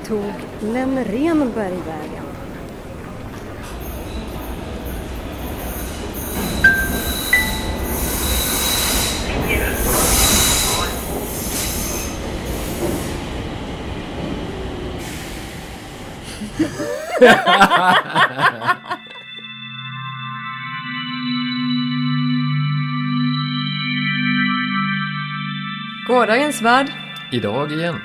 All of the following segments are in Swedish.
tog Lemrenberg vägen? Gårdagens värld. Idag igen.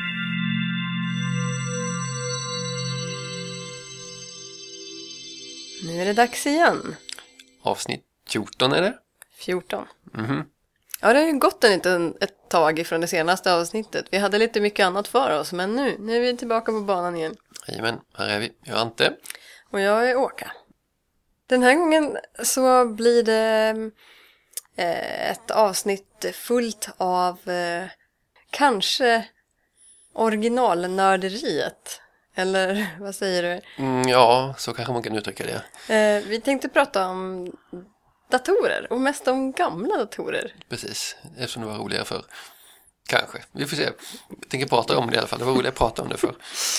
Nu är det dags igen. Avsnitt 14 är det? 14. Mhm. Ja, det har ju gått ett tag ifrån det senaste avsnittet. Vi hade lite mycket annat för oss, men nu är vi tillbaka på banan igen. Jajamän, här är vi. Jag är Ante. Och jag är Åka. Den här gången så blir det ett avsnitt fullt av kanske originalnörderiet. Eller vad säger du? Ja, så kanske man kan uttrycka det. Vi tänkte prata om datorer och mest om gamla datorer. Precis, eftersom det var roligare för. Kanske, vi får se. Jag tänker prata om det i alla fall. Det var roligt att prata om det för.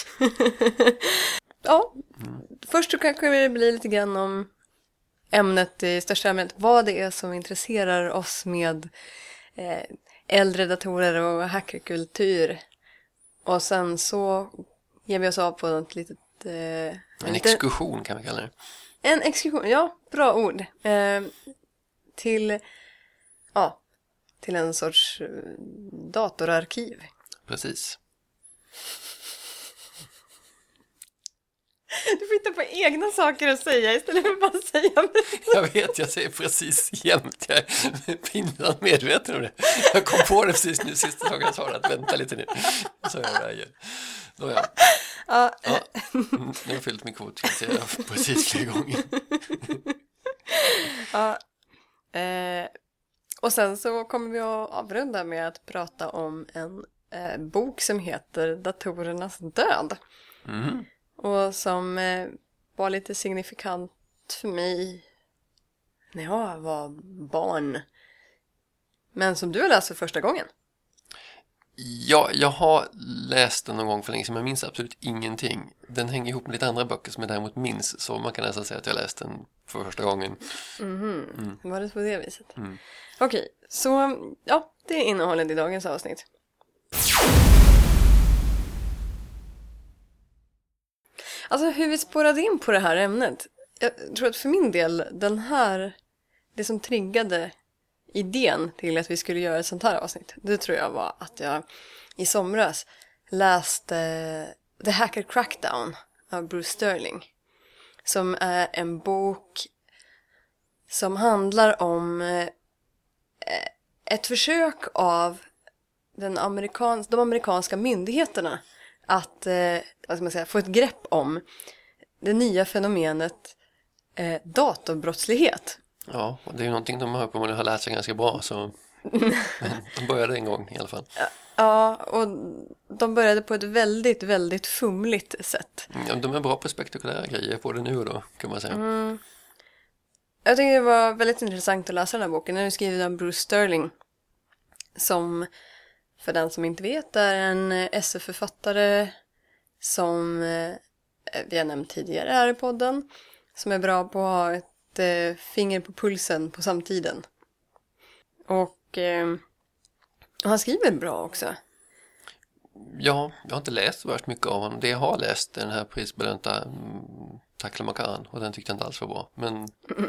Ja, först så kanske det blir lite grann om ämnet i största ämnet. Vad det är som intresserar oss med äldre datorer och hackerkultur. Och sen så ger vi oss av på något litet... En exkursion kan vi kalla det. En exkursion, ja, bra ord. Till en sorts datorarkiv. Precis. Du får hitta på egna saker att säga istället för att bara säga. Jag vet, jag säger precis jämt. Jag är pinsamt medveten om det. Jag kom på det precis nu, sista dagen jag sa att vänta lite nu. Så jag det igen. Nåja. Ja. Nu har jag fyllt min kvot, ska jag säga precis fler gånger. Ja. Och sen så kommer vi att avrunda med att prata om en bok som heter Datorernas död. Mm. Och som var lite signifikant för mig när jag var barn. Men som du har läst för första gången. Ja, jag har läst den någon gång för länge sedan, men jag minns absolut ingenting. Den hänger ihop med lite andra böcker som jag däremot minns, så man kan nästan säga att jag läst den för första gången. Var det på det viset? Mm. Okej, så ja, det är innehållet i dagens avsnitt. Alltså hur vi spårade in på det här ämnet. Jag tror att för min del, det som triggade idén till att vi skulle göra ett sånt här avsnitt, det tror jag var att jag i somras läste The Hacker Crackdown av Bruce Sterling. Som är en bok som handlar om ett försök av de amerikanska myndigheterna att vad ska man säga, få ett grepp om det nya fenomenet datorbrottslighet. Ja, och det är ju någonting de har lärt sig ganska bra, så de började en gång i alla fall. Ja, och de började på ett väldigt, väldigt fumligt sätt. Ja, de är bra på spektakulära grejer på det nu och då, kan man säga. Jag tycker det var väldigt intressant att läsa den här boken. Den är skriven av Bruce Sterling, som, för den som inte vet, är en SF-författare som vi har nämnt tidigare här i podden, som är bra på att ha ett finger på pulsen på samtiden. Och han skriver bra också. Ja, jag har inte läst så värst mycket av honom. Det jag har läst är den här prisbelönta Taklamakan, och den tyckte jag inte alls var bra. Men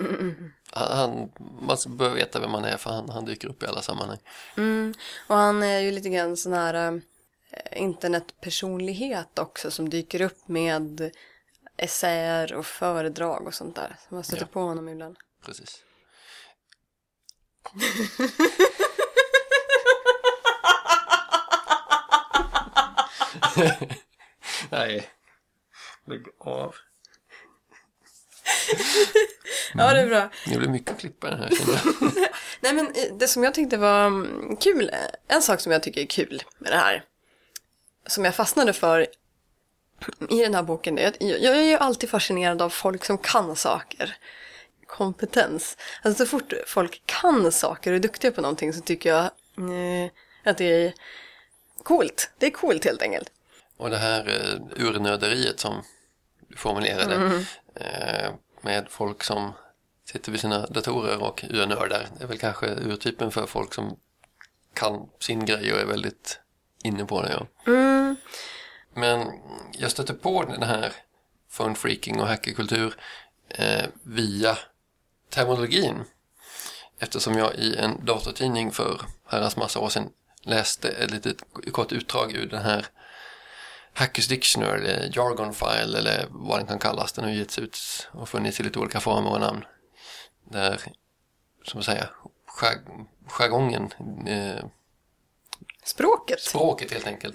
man bör veta vem man är, för han dyker upp i alla sammanhang. Och han är ju lite grann sån här internetpersonlighet också, som dyker upp med essäer och föredrag och sånt där. Så man stöter på honom ibland. Precis. Nej. Lägg av. Ja, det är bra. Det blir mycket att klippa den här, känner jag. Nej, men det som jag tyckte var kul, en sak som jag tycker är kul med det här, som jag fastnade för i den här boken, är att jag är ju alltid fascinerad av folk som kan saker. Kompetens. Alltså så fort folk kan saker och är duktiga på någonting, så tycker jag att det är coolt. Det är coolt helt enkelt. Och det här urnöderiet som du formulerade med folk som sitter vid sina datorer och urnördar är väl kanske urtypen för folk som kan sin grej och är väldigt inne på det. Ja. Men jag stötte på den här phone freaking och hackerkultur via terminologin. Eftersom jag i en datortidning för herrans massa år sedan läste ett litet kort utdrag ur den här Hackers Dictionary eller Jargon File eller vad den kan kallas. Den har getts ut och funnits i lite olika former och namn. Där, som att säga, jargongen... Språket helt enkelt.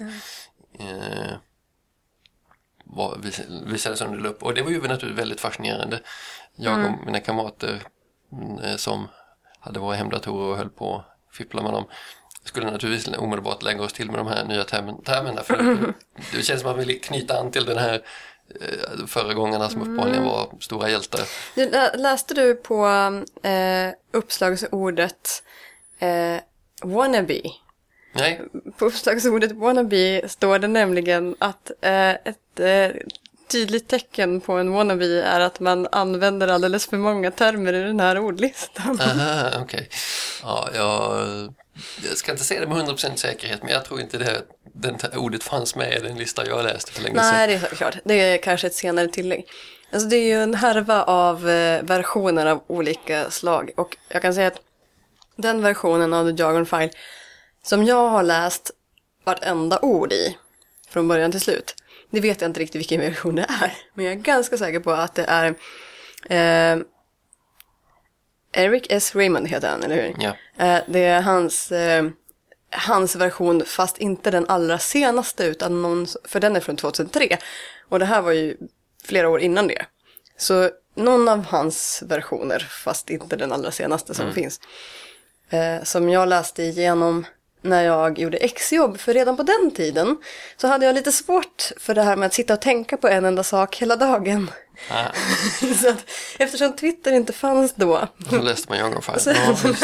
Visades under lupp. Och det var ju naturligtvis väldigt fascinerande. Jag och mina kamrater som hade våra hemdatorer och höll på att fippla med dem skulle naturligtvis omedelbart lägga oss till med de här nya termerna. För det känns som att man vill knyta an till den här föregångarna som uppenbarligen var stora hjältar. Läste du på uppslagsordet wannabe? Nej. På uppslagsordet wannabe står det nämligen att ett tydligt tecken på en wannabe är att man använder alldeles för många termer i den här ordlistan. Aha, okej. Ja, jag ska inte säga det med 100% säkerhet, men jag tror inte det ordet fanns med i den lista jag läste för länge sedan. Nej, det är klart. Det är kanske ett senare tillägg. Alltså det är ju en härva av versioner av olika slag. Och jag kan säga att den versionen av The Jargon File som jag har läst vartenda ord i från början till slut. Det vet jag inte riktigt vilken version det är. Men jag är ganska säker på att det är Eric S. Raymond heter han, eller hur? Ja. Det är hans version, fast inte den allra senaste utan för den är från 2003. Och det här var ju flera år innan det. Så någon av hans versioner, fast inte den allra senaste som finns. Som jag läste igenom när jag gjorde exjobb, för redan på den tiden så hade jag lite svårt för det här med att sitta och tänka på en enda sak hela dagen. Så att, eftersom Twitter inte fanns då. Så läste man Jargon File.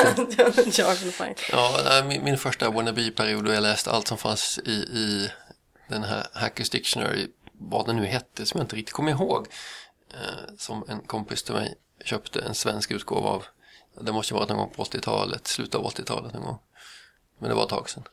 Ja, min första wannabe-period då jag läste allt som fanns i den här Hackers Dictionary, vad den nu hette, som jag inte riktigt kommer ihåg. Som en kompis till mig köpte en svensk utgåva av. Det måste ju vara någon gång på 80-talet, slutet av 80-talet någon gång. Men det var ett tag sedan.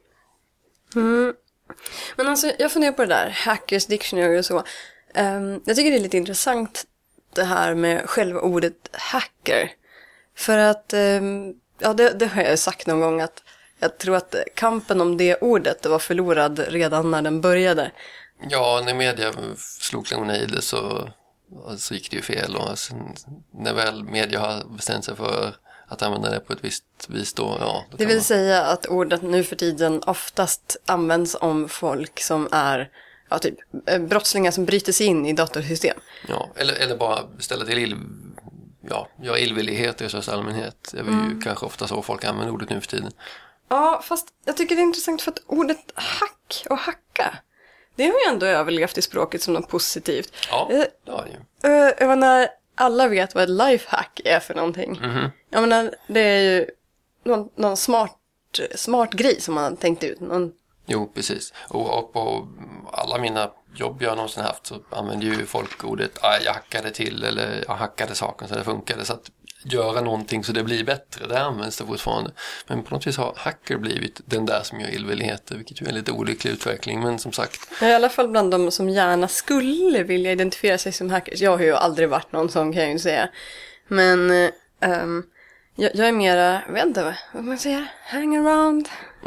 Men alltså, jag funderar på det där, Hackers Dictionary och så. Jag tycker det är lite intressant det här med själva ordet hacker. För att, ja det har jag sagt någon gång att jag tror att kampen om det ordet var förlorad redan när den började. Ja, när media slog klon i det så gick det ju fel. Och sen, när väl media har bestämt sig för att använda det på ett visst vis då, ja. Då det vill säga att ordet nu för tiden oftast används om folk som är typ brottslingar som bryter sig in i datorsystem. Ja, eller bara ställa till illvillighet i största allmänhet. Det är ju kanske ofta så folk använder ordet nu för tiden. Ja, fast jag tycker det är intressant för att ordet hack och hacka, det har ju ändå överlevt i språket som något positivt. Ja, det har det ju. Jag menar, alla vet vad ett lifehack är för någonting. Jag menar, det är ju någon smart grej som man har tänkt ut. Jo, precis. Och på alla mina jobb jag någonsin haft så använder ju folk ordet jag hackade till eller jag hackade saken så det funkade. Så att göra någonting så det blir bättre, det används det fortfarande. Men på något vis har hacker blivit den där som gör illvilligheter, vilket ju är en lite olycklig utveckling. Men som sagt... I alla fall bland de som gärna skulle vilja identifiera sig som hackers. Jag har ju aldrig varit någon sån, kan jag ju säga. Men jag är mera, jag vet inte vad man säger, hang around.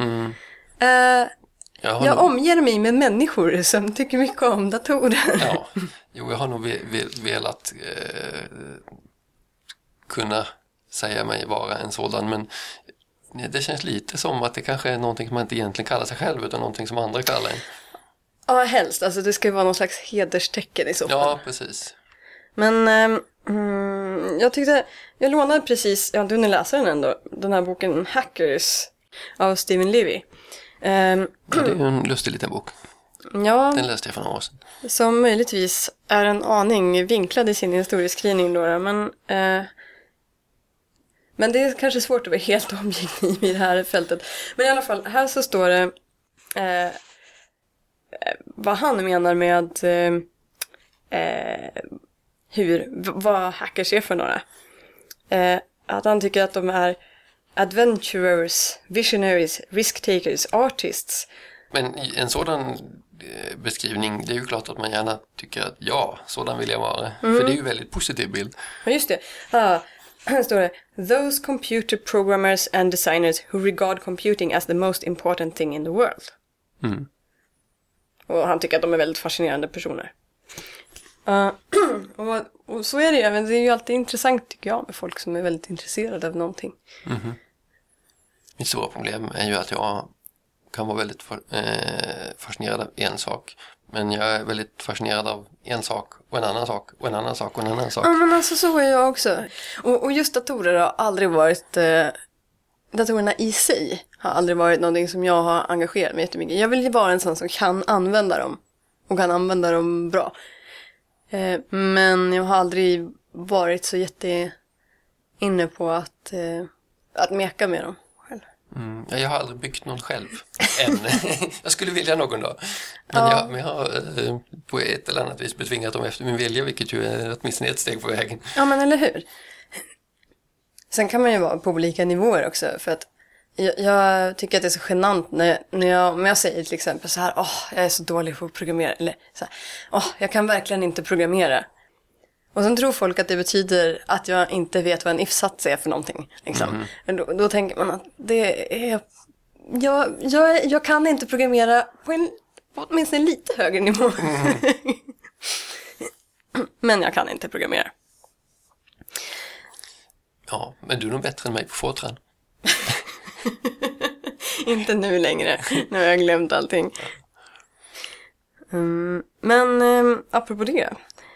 Jag omger mig med människor som tycker mycket om datorer. Ja, jo, jag har nog velat kunna säga mig vara en sådan, men det känns lite som att det kanske är någonting som man inte egentligen kallar sig själv utan någonting som andra kallar en. Ja, helst. Alltså det ska ju vara någon slags hederstecken i så fall. Ja, precis. Men jag lånade precis, du har läsa den ändå, den här boken Hackers av Stephen Levy. Det är ju en lustig liten bok. Ja, den läste jag för några år sedan. Som möjligtvis är en aning vinklad i sin historieskrivning då. Men det är kanske svårt att vara helt objektiv i det här fältet. Men i alla fall, här så står det vad han menar med vad hackers är för några. Att han tycker att de är adventurers, visionaries, risk-takers, artists. Men i en sådan beskrivning, det är ju klart att man gärna tycker att ja, sådan vill jag vara. För det är ju en väldigt positiv bild. Ja, just det. Här står det: Those computer programmers and designers who regard computing as the most important thing in the world. Och han tycker att de är väldigt fascinerande personer. Och så är det ju. Men det är ju alltid intressant, tycker jag, med folk som är väldigt intresserade av någonting. Mitt stora problem är ju att jag kan vara väldigt fascinerad av en sak. Men jag är väldigt fascinerad av en sak och en annan sak och en annan sak och en annan sak. Ja, men alltså så är jag också. Och just datorer har aldrig varit... datorerna i sig har aldrig varit någonting som jag har engagerat mig jättemycket. Jag vill ju vara en sån som kan använda dem. Och kan använda dem bra. Men jag har aldrig varit så inne på att meka med dem själv. Jag har aldrig byggt någon själv än. Jag skulle vilja någon dag. Men jag har på ett eller annat vis betvingat dem efter min vilja, vilket ju är åtminstone ett steg på vägen. Ja, men eller hur? Sen kan man ju vara på olika nivåer också. För att jag tycker att det är så genant när jag säger till exempel så här: jag är så dålig på att programmera. Eller så här: jag kan verkligen inte programmera. Och sen tror folk att det betyder att jag inte vet vad en if-sats är för någonting. Liksom. Men då tänker man att det är... Jag kan inte programmera på åtminstone en lite högre nivå. Men jag kan inte programmera. Ja, men du är nog bättre än mig på Fortran. Inte nu längre. Nu har jag glömt allting. Men apropå det.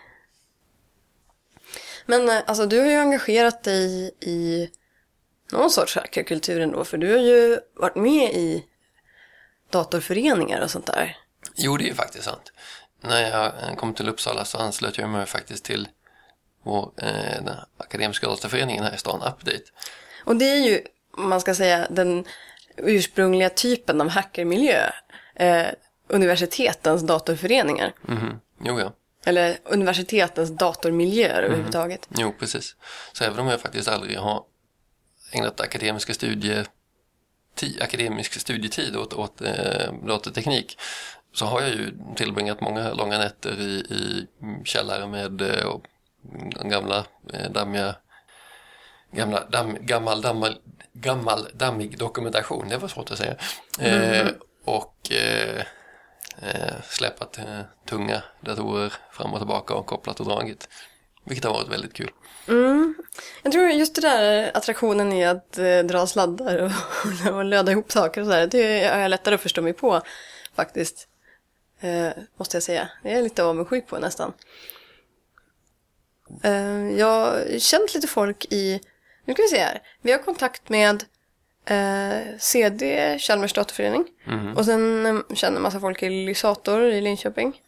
Men alltså du har ju engagerat dig i någon sorts hackerkultur ändå. För du har ju varit med i datorföreningar och sånt där. Jo, det är ju faktiskt sant. När jag kom till Uppsala så anslöt jag mig faktiskt till den akademiska datorföreningen här i stan, Update. Och det är ju, man ska säga, den ursprungliga typen av hackermiljö. Universitetens datorföreningar. Jo, ja. Eller universitetens datormiljöer överhuvudtaget. Jo, precis. Så även om jag faktiskt aldrig har ägnat akademisk studietid åt datorteknik, så har jag ju tillbringat många långa nätter i källare med gammal dammig dokumentation. Det var svårt att säga. Och släppat tunga datorer fram och tillbaka och kopplat och dragit. Vilket har varit väldigt kul. Jag tror just det där attraktionen i att dra sladdar och löda ihop saker och sådär. Det är jag lättare att förstå mig på faktiskt. Måste jag säga. Det är lite avundsjuk på nästan. Jag har känt lite folk nu ska vi se här. Vi har kontakt med CD, Chalmers datorförening. Och sen känner en massa folk i Lysator i Linköping.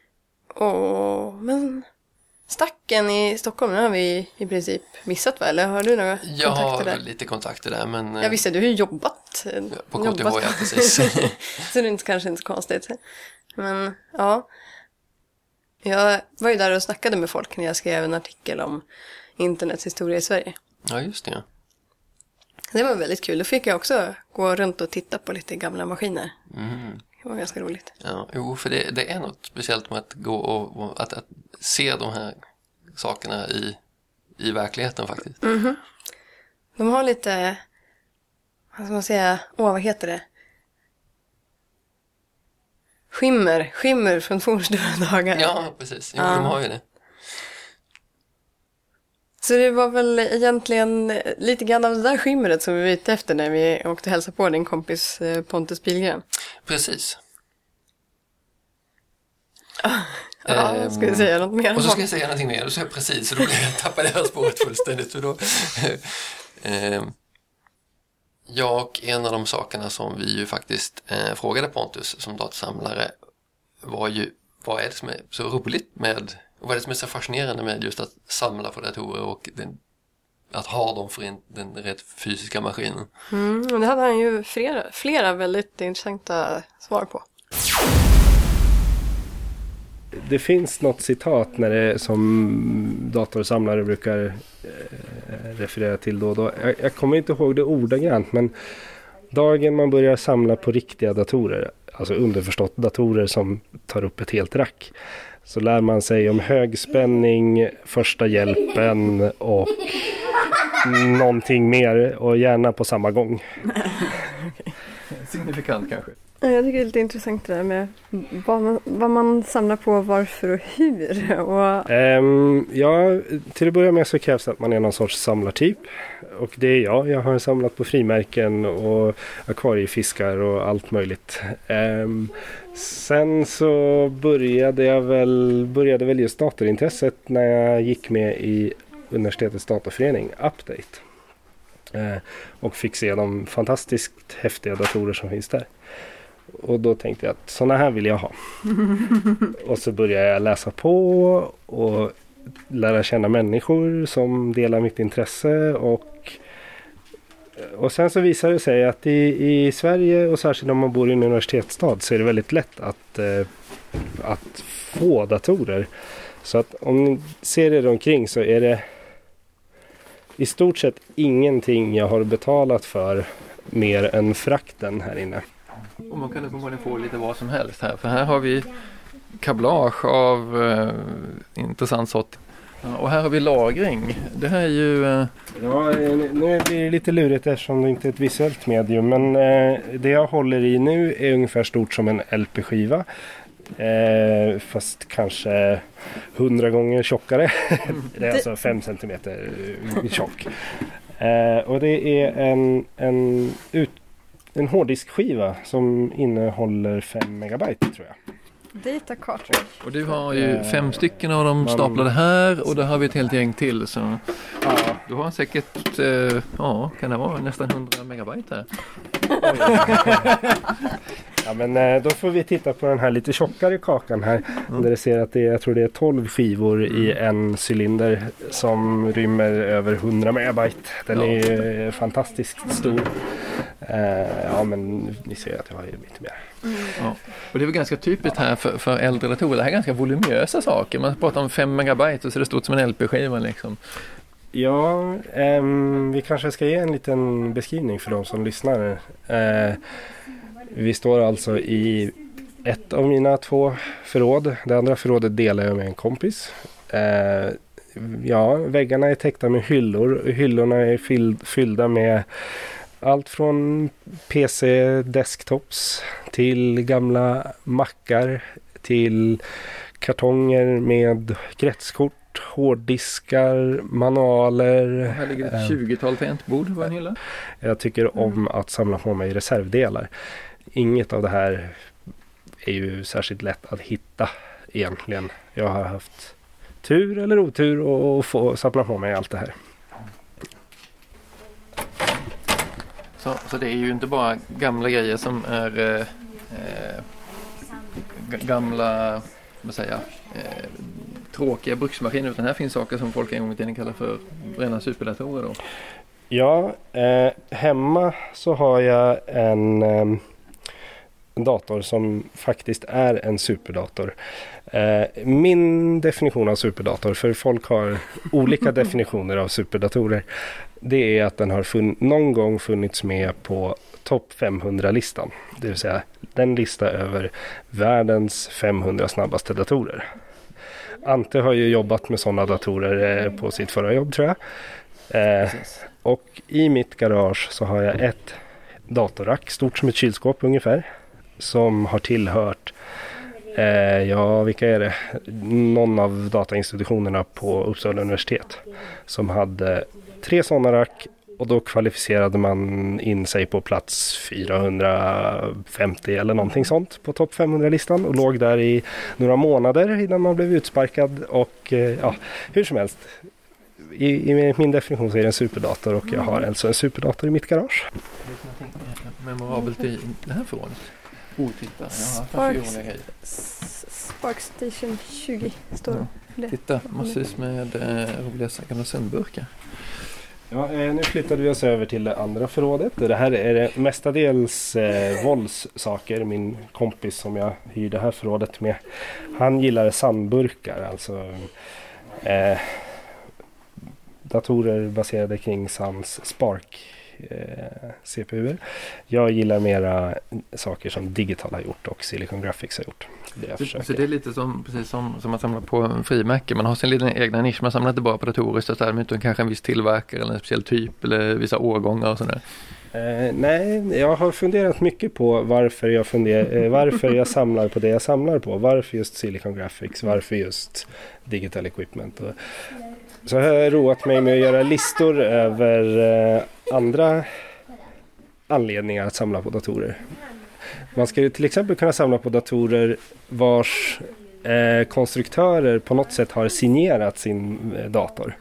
Men Stacken i Stockholm har vi i princip missat, va? Eller har du några kontakter där? Jag har lite kontakter där, men... Jag visste, du har ju jobbat. På KTH, ja, precis. Så det är kanske inte så konstigt. Men, ja. Jag var ju där och snackade med folk när jag skrev en artikel om internets historia i Sverige. Ja, just det, ja. Det var väldigt kul. Då fick jag också gå runt och titta på lite gamla maskiner. Det var ganska roligt. Ja, jo, för det är något speciellt med att gå och att se de här sakerna i verkligheten faktiskt. De har lite, vad ska man säga, vad heter det? Skimmer från fornstora dagar. Ja, precis. Jo, de har ju det. Så det var väl egentligen lite grann av det där skimret som vi var ute efter när vi åkte hälsa på din kompis Pontus Pilgrim. Precis. Ja, ska jag säga något mer? Och så ska jag säga någonting mer, och så är jag precis, så då blir jag tappade det här spåret fullständigt. Så då, jag, en av de sakerna som vi ju faktiskt frågade Pontus som datorsamlare var ju, vad är det som är så roligt med, och vad är det som är så fascinerande med just att samla på datorer och att ha dem för den rätt fysiska maskinen. Och det hade han ju flera väldigt intressanta svar på. det finns något citat när det, som datorsamlare brukar referera till då och då. Jag kommer inte ihåg det ordagrant, men dagen man börjar samla på riktiga datorer, alltså underförstått datorer som tar upp ett helt rack, så lär man sig om högspänning, första hjälpen och någonting mer, och gärna på samma gång. Signifikant kanske. Jag tycker det är lite intressant det där med vad man samlar på, varför och hur. Ja, till att börja med så krävs det att man är någon sorts samlartyp. Och det är jag. Jag har samlat på frimärken och akvariefiskar och allt möjligt. Sen så började väl just datorintresset när jag gick med i universitetets datorförening, Update. Och fick se de fantastiskt häftiga datorer som finns där. Och då tänkte jag att såna här vill jag ha. Och så började jag läsa på och lära känna människor som delar mitt intresse. Och sen så visade det sig att i Sverige, och särskilt om man bor i en universitetsstad, så är det väldigt lätt att få datorer. Så att om ni ser er omkring så är det i stort sett ingenting jag har betalat för mer än frakten här inne. Och man kan uppenbarligen få lite vad som helst här. För här har vi kablage av intressant sort. Och här har vi lagring. Det här är ju... Ja, nu blir det lite lurigt eftersom det inte är ett visuellt medium. Men det jag håller i nu är ungefär stort som en LP-skiva. Fast kanske 100 gånger tjockare. Det är alltså 5 centimeter tjock. Och det är en hårddiskskiva som innehåller 5 megabyte, tror jag. Data cartridge. Och du har ju 5 stycken av dem staplade här, och då har vi ett helt gäng till. Så ja. Du har säkert, kan det vara nästan 100 megabyte här. Ja, men då får vi titta på den här lite tjockare kakan här. Där det ser att jag tror det är 12 skivor i en cylinder som rymmer över 100 megabyte. Den är fantastiskt stor. Ja, men ni ser att jag har lite mer. Ja. Och det är väl ganska typiskt här för äldre datorer. Det här är ganska volumösa saker. Man pratar om 5 megabyte och så är det stort som en LP-skiva liksom. Ja, vi kanske ska ge en liten beskrivning för de som lyssnar. Vi står alltså i ett av mina 2 förråd. Det andra förrådet delar jag med en kompis. Väggarna är täckta med hyllor. Hyllorna är fyllda med allt från PC-desktops till gamla mackar till kartonger med kretskort, hårddiskar, manualer. Här ligger ett 20-tal tangentbord på en hylla. Jag tycker om att samla på mig reservdelar. Inget av det här är ju särskilt lätt att hitta egentligen. Jag har haft tur eller otur och få samla på mig allt det här. Så det är ju inte bara gamla grejer som är gamla, tråkiga bruksmaskiner, utan här finns saker som folk en gång i tiden kallar för rena superdatorer då. Ja, hemma så har jag en dator som faktiskt är en superdator. Min definition av superdator, för folk har olika definitioner av superdatorer, det är att den har någon gång funnits med på topp 500-listan. Det vill säga den lista över världens 500 snabbaste datorer. Ante har ju jobbat med sådana datorer på sitt förra jobb, tror jag. Och i mitt garage så har jag ett datorrack, stort som ett kylskåp ungefär, som har tillhört vilka är det? Någon av datainstitutionerna på Uppsala universitet som hade 3 sådana rack, och då kvalificerade man in sig på plats 450 eller någonting sånt på topp 500-listan och låg där i några månader innan man blev utsparkad. Och hur som helst, i min definition så är det en superdator, och jag har alltså en superdator i mitt garage. Memorabelt i det här förrådet. Sparkstation 20 står det. Titta, massvis med roliga gamla sömnburkar. Ja, nu flyttade vi oss över till det andra förrådet. Det här är mestadels våldssaker. Min kompis som jag hyr det här förrådet med, han gillar sandburkar, alltså datorer baserade kring Sans Spark CPUer. Jag gillar mera saker som Digital har gjort och Silicon Graphics har gjort. Så det är lite precis som man samlar på en frimärke. Man har sin liten egna nisch. Man samlar inte bara på datorer så där, utan kanske en viss tillverkare eller en speciell typ eller vissa årgångar och sådär. Nej, jag har funderat mycket på varför jag samlar på det jag samlar på. Varför just Silicon Graphics, varför just Digital Equipment. Så har jag roat mig med att göra listor över andra anledningar att samla på datorer. Man ska ju till exempel kunna samla på datorer vars konstruktörer på något sätt har signerat sin dator.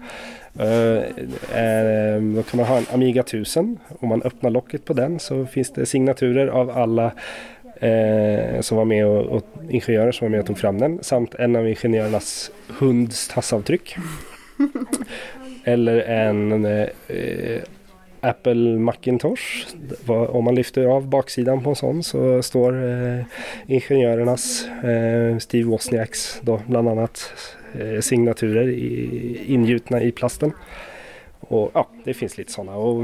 Då kan man ha en Amiga 1000. Om man öppnar locket på den så finns det signaturer av alla som var med och ingenjörer som var med och tog fram den. Samt en av ingenjörernas hunds tassavtryck. Eller en Apple Macintosh. Om man lyfter av baksidan på en sån så står ingenjörernas Steve Wozniaks då bland annat signaturer ingjutna i plasten. Och ja, det finns lite sådana. Och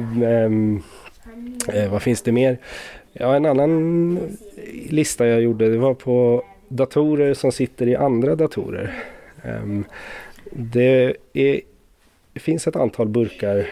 vad finns det mer? Ja, en annan lista jag gjorde, det var på datorer som sitter i andra datorer. Det finns ett antal burkar.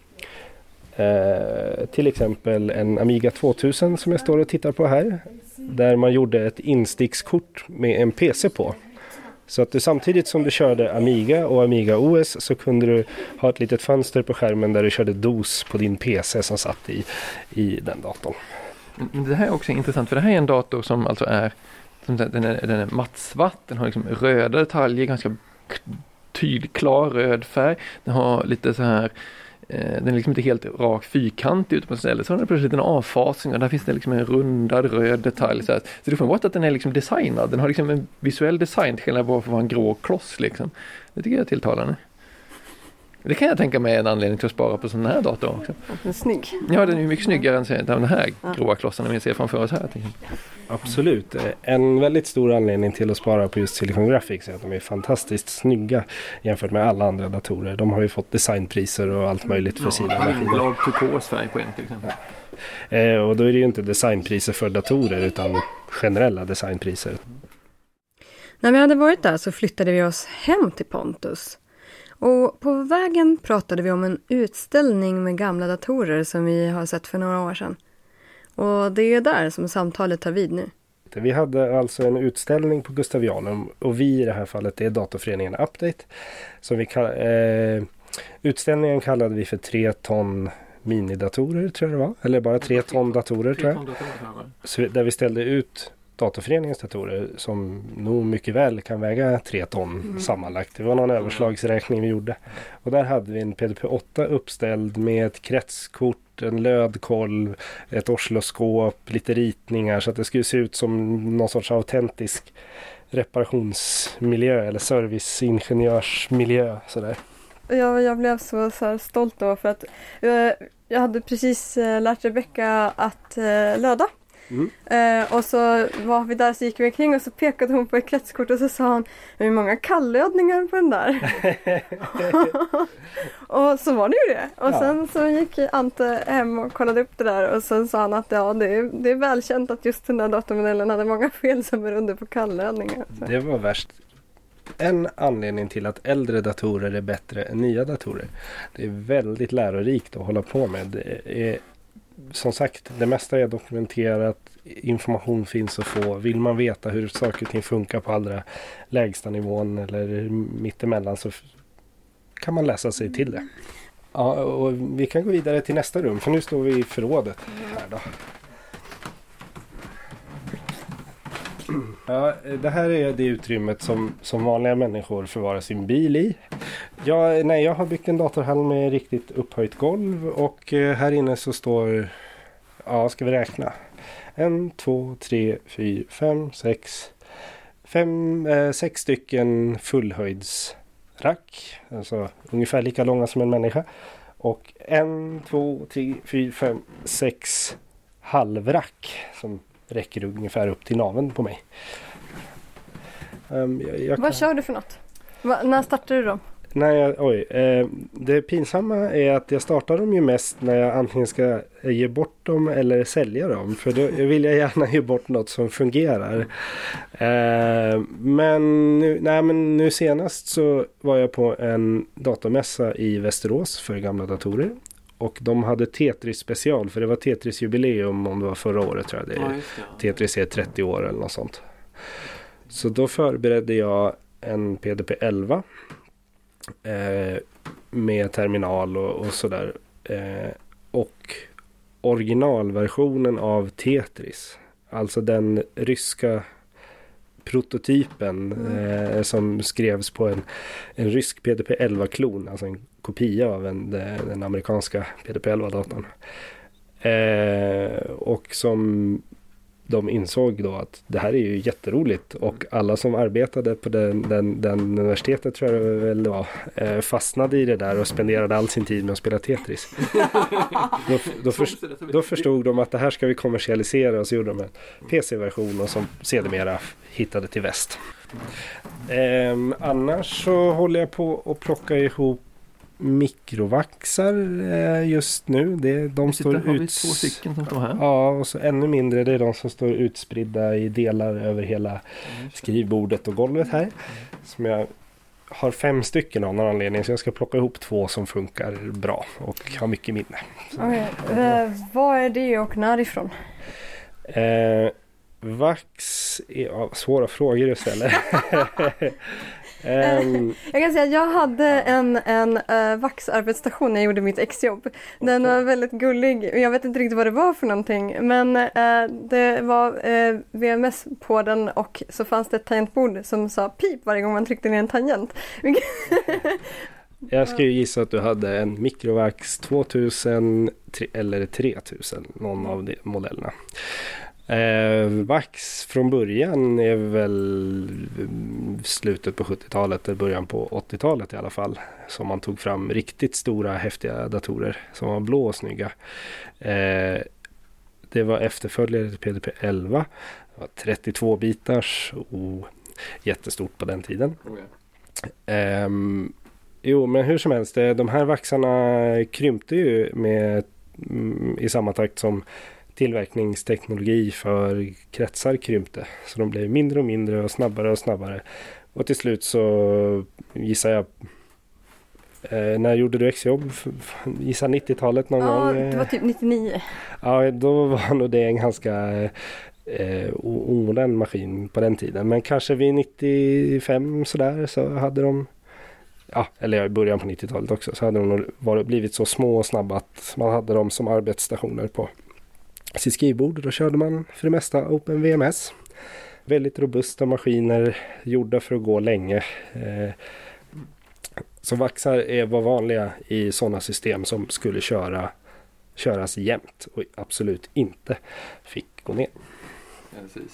Till exempel en Amiga 2000 som jag står och tittar på här. Där man gjorde ett instickskort med en PC på. Så att du samtidigt som du körde Amiga och Amiga OS så kunde du ha ett litet fönster på skärmen där du körde DOS på din PC som satt i den datorn. Det här är också intressant, för det här är en dator som alltså den är mattsvart, den har liksom röda detaljer, ganska tydlig klar röd färg. Den har lite så här, den är liksom inte helt rak fyrkantig ute på stället, så har den plötsligt en avfasning och där finns det liksom en rundad röd detalj. Så det får vara att den är liksom designad. Den har liksom en visuell design till skillnad bara för att vara en grå kloss liksom. Det tycker jag är tilltalande. Det kan jag tänka mig en anledning till att spara på sån här dator också. Den är snygg. Ja, den är ju mycket snyggare än den här gråa klossen vi ser framför oss här. Absolut. En väldigt stor anledning till att spara på just Silicon Graphics är att de är fantastiskt snygga jämfört med alla andra datorer. De har ju fått designpriser och allt möjligt för sina maskiner. Glad turkosfärg på en till exempel. Och då är det ju inte designpriser för datorer utan generella designpriser. När vi hade varit där så flyttade vi oss hem till Pontus. Och på vägen pratade vi om en utställning med gamla datorer som vi har sett för några år sedan. Och det är där som samtalet tar vid nu. Vi hade alltså en utställning på Gustavianum och vi i det här fallet är datorföreningen Update. Som utställningen kallade vi för 3 ton minidatorer tror jag det var. Eller bara 3 ton datorer tror jag. Så där vi ställde ut datorföreningens datorer som nog mycket väl kan väga 3 ton sammanlagt. Det var någon överslagsräkning vi gjorde. Och där hade vi en PDP-8 uppställd med ett kretskort, en lödkolv, ett oscilloskop, lite ritningar så att det skulle se ut som någon sorts autentisk reparationsmiljö eller serviceingenjörsmiljö sådär. Jag blev så här stolt då för att jag hade precis lärt Rebecca att löda. Och så var vi där så gick vi omkring och så pekade hon på ett kretskort och så sa hon hur många kallödningar på den där. Och så var det ju det. Och sen så gick Ante hem och kollade upp det där och sen sa han att det är välkänt att just den där datormodellen hade många fel som berodde på kallödningar. Så. Det var värst. En anledning till att äldre datorer är bättre än nya datorer. Det är väldigt lärorikt att hålla på med. Det är som sagt, det mesta är dokumenterat, information finns att få. Vill man veta hur saker och ting funkar på allra lägsta nivån eller mittemellan så kan man läsa sig till det. Ja, och vi kan gå vidare till nästa rum för nu står vi i förrådet här då. Ja, det här är det utrymmet som vanliga människor förvarar sin bil i. Jag har byggt en datorhall med riktigt upphöjt golv och här inne så står, ska vi räkna? 1, 2, 3, 4, 5, 6 stycken fullhöjdsrack, alltså ungefär lika långa som en människa. Och 1, 2, 3, 4, 5, 6 halvrack som räcker ungefär upp till naveln på mig. Vad kör du för något? När startar du dem? Det pinsamma är att jag startar dem ju mest när jag antingen ska ge bort dem eller sälja dem. För då vill jag gärna ge bort något som fungerar. Men nu senast så var jag på en datormässa i Västerås för gamla datorer. Och de hade Tetris special, för det var Tetris jubileum om det var förra året tror jag. Tetris är 30 år eller något sånt. Så då förberedde jag en PDP-11 med terminal och sådär. Och originalversionen av Tetris. Alltså den ryska prototypen som skrevs på en rysk PDP-11-klon. Alltså en kopia av den amerikanska PDP-11-datorn. Och som de insåg då att det här är ju jätteroligt, och alla som arbetade på den universitetet tror jag väl det var, fastnade i det där och spenderade all sin tid med att spela Tetris. Då förstod de att det här ska vi kommersialisera, och så gjorde de en PC-version och som sedermera hittade till väst. Annars så håller jag på att plocka ihop mikrovaxar just nu. De står har vi 2 stycken som står här. Ja, och så ännu mindre, det är de som står utspridda i delar över hela skrivbordet och golvet här. Som jag har 5 stycken av någon anledning, så jag ska plocka ihop 2 som funkar bra och har mycket minne. Okay. Vad är det och när ifrån? Vax är svåra frågor du ställer. Jag kan säga att jag hade en vaxarbetsstation när jag gjorde mitt exjobb. Den var väldigt gullig. Jag vet inte riktigt vad det var för någonting. Men det var VMS på den, och så fanns det ett tangentbord som sa pip varje gång man tryckte ner en tangent. Jag ska ju gissa att du hade en Microvax 2000 eller 3000, någon av de modellerna. Vax från början är väl slutet på 70-talet eller början på 80-talet i alla fall, som man tog fram riktigt stora häftiga datorer som var blå och snygga. Det var efterföljare till PDP-11, det var 32 bitars och jättestort på den tiden. Men hur som helst, de här vaxarna krympte ju i samma takt som tillverkningsteknologi för kretsar krympte. Så de blev mindre och mindre och snabbare. Och till slut så gissar jag, när gjorde du exjobb? Gissar 90-talet någon gång? Ja, det var typ 99. Ja, då var nog det en ganska omodern maskin på den tiden. Men kanske vid 95 sådär så hade de, eller i början på 90-talet också, så hade de nog blivit så små och snabba att man hade dem som arbetsstationer på sitt skrivbord. Då körde man för det mesta OpenVMS. Väldigt robusta maskiner, gjorda för att gå länge. Så vaxar var vanliga i sådana system som skulle köras jämnt och absolut inte fick gå ner. Ja, precis.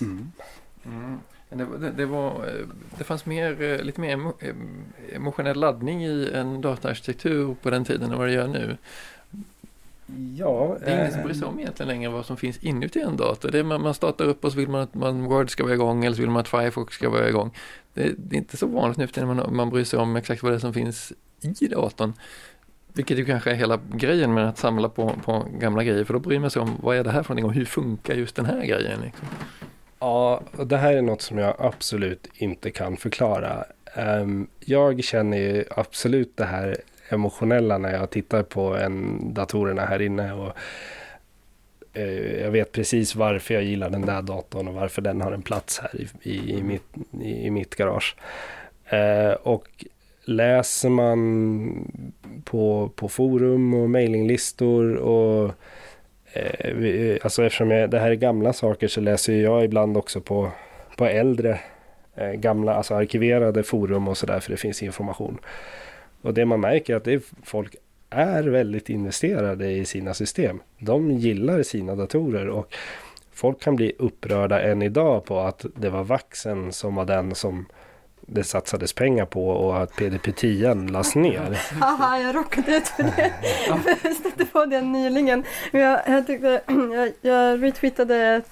Det fanns lite mer emotionell laddning i en dataarkitektur på den tiden än vad det gör nu. Ja, det är ingen som bryr sig om egentligen längre vad som finns inuti en dator. Det är man startar upp och så vill man att Word ska vara igång, eller så vill man att Firefox ska vara igång. Det är inte så vanligt nu när man bryr sig om exakt vad det är som finns i datorn. Vilket ju kanske är hela grejen med att samla på gamla grejer. För då bryr man sig om vad är det här för någonting och hur funkar just den här grejen liksom. Ja, och det här är något som jag absolut inte kan förklara. Jag känner ju absolut det här emotionella när jag tittar på datorerna här inne, och jag vet precis varför jag gillar den där datorn och varför den har en plats här i mitt garage. Och läser man på forum och mailinglistor och alltså eftersom det här är gamla saker, så läser jag ibland också på äldre gamla, alltså arkiverade forum och sådär, för det finns information. Och det man märker är att folk är väldigt investerade i sina system. De gillar sina datorer, och folk kan bli upprörda än idag på att det var vaxen som var den som det satsades pengar på och att PDP-10 lades ner. Haha, jag råkade ut för det. Jag stötte på det nyligen. Men jag retweetade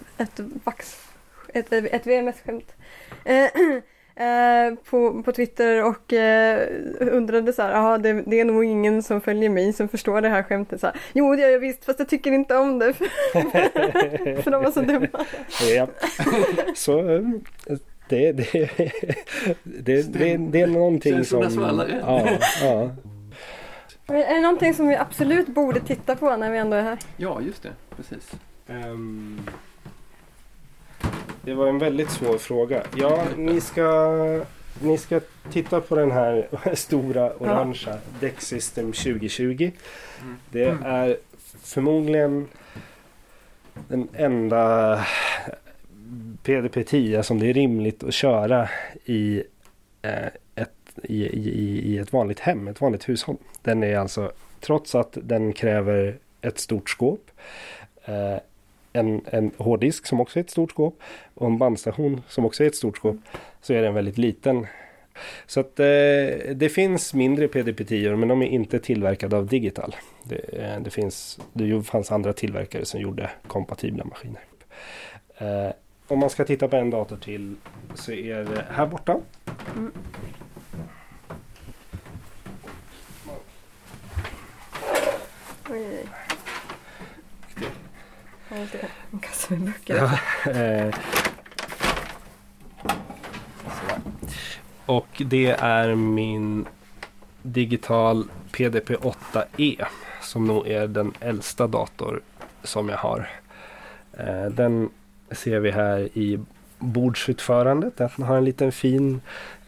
ett VMS-skämt på Twitter och undrade så här, det är nog ingen som följer mig som förstår det här skämtet. Så här, jo, det gör jag visst, fast jag tycker inte om det. För de var så dumma. Ja. Så det är någonting som... Ja. Är det någonting som vi absolut borde titta på när vi ändå är här? Ja, just det. Precis. Det var en väldigt svår fråga. Ja, ni ska titta på den här stora orangea Deck System 2020. Det är förmodligen den enda PDP-10 som det är rimligt att köra i ett vanligt hem, ett vanligt hushåll. Den är alltså, trots att den kräver ett stort skåp, en hårddisk som också är ett stort skåp och en bandstation som också är ett stort skåp, så är den väldigt liten. Så att det finns mindre PDP-10 men de är inte tillverkade av Digital. Det fanns andra tillverkare som gjorde kompatibla maskiner. Om man ska titta på en dator till så är det här borta. Oj. En kasse med böcker. Och det är min Digital PDP-8E som nog är den äldsta dator som jag har. Den ser vi här i bordsutförandet. Den har en liten fin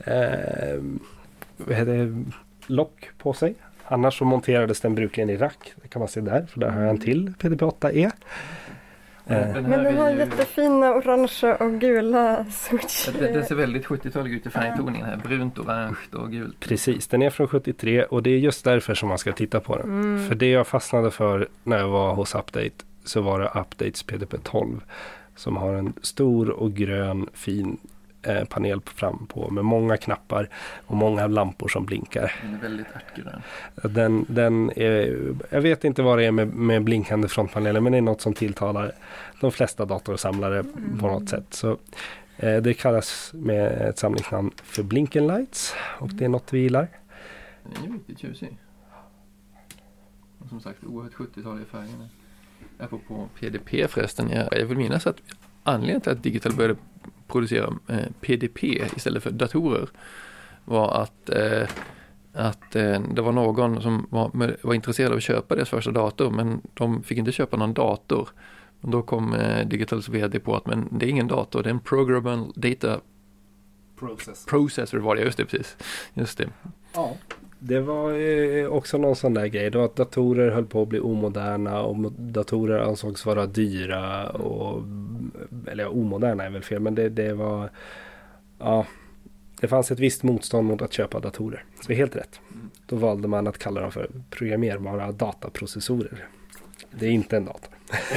lock på sig. Annars så monterades den brukligen i rack. Det kan man se där, för där har jag en till PDP-8E. Men den har jättefina orangea och gula switch. Det ser väldigt 70-talig ut i färgtoningen här. Brunt, orange och gult. Precis, den är från 73 och det är just därför som man ska titta på den. För det jag fastnade för när jag var hos Update så var det Updates PDP-12 som har en stor och grön fin panel fram på med många knappar och många lampor som blinkar. Den är väldigt ärtgrön. Den är, jag vet inte vad det är med blinkande frontpaneler, men det är något som tilltalar de flesta datorsamlare på något sätt. Så det kallas med ett samlingsnamn för Blinken Lights och det är något vi gillar. Den är ju riktigt tjusig. Och som sagt, oerhört 70-tal i färgerna. Apropå PDP förresten, jag vill minnas att anledningen till att Digital började producera PDP istället för datorer var att det var någon som var intresserad av att köpa deras första dator, men de fick inte köpa någon dator. Och då kom Digitals vd på att men det är ingen dator, det är en programmable data processor var det, just det. Ja. Det var också någon sån där grej då, att datorer höll på att bli omoderna och datorer ansågs vara dyra eller omoderna är väl fel, men det var det fanns ett visst motstånd mot att köpa datorer. Så helt rätt. Då valde man att kalla dem för programmerbara dataprocessorer. Det är inte en dator.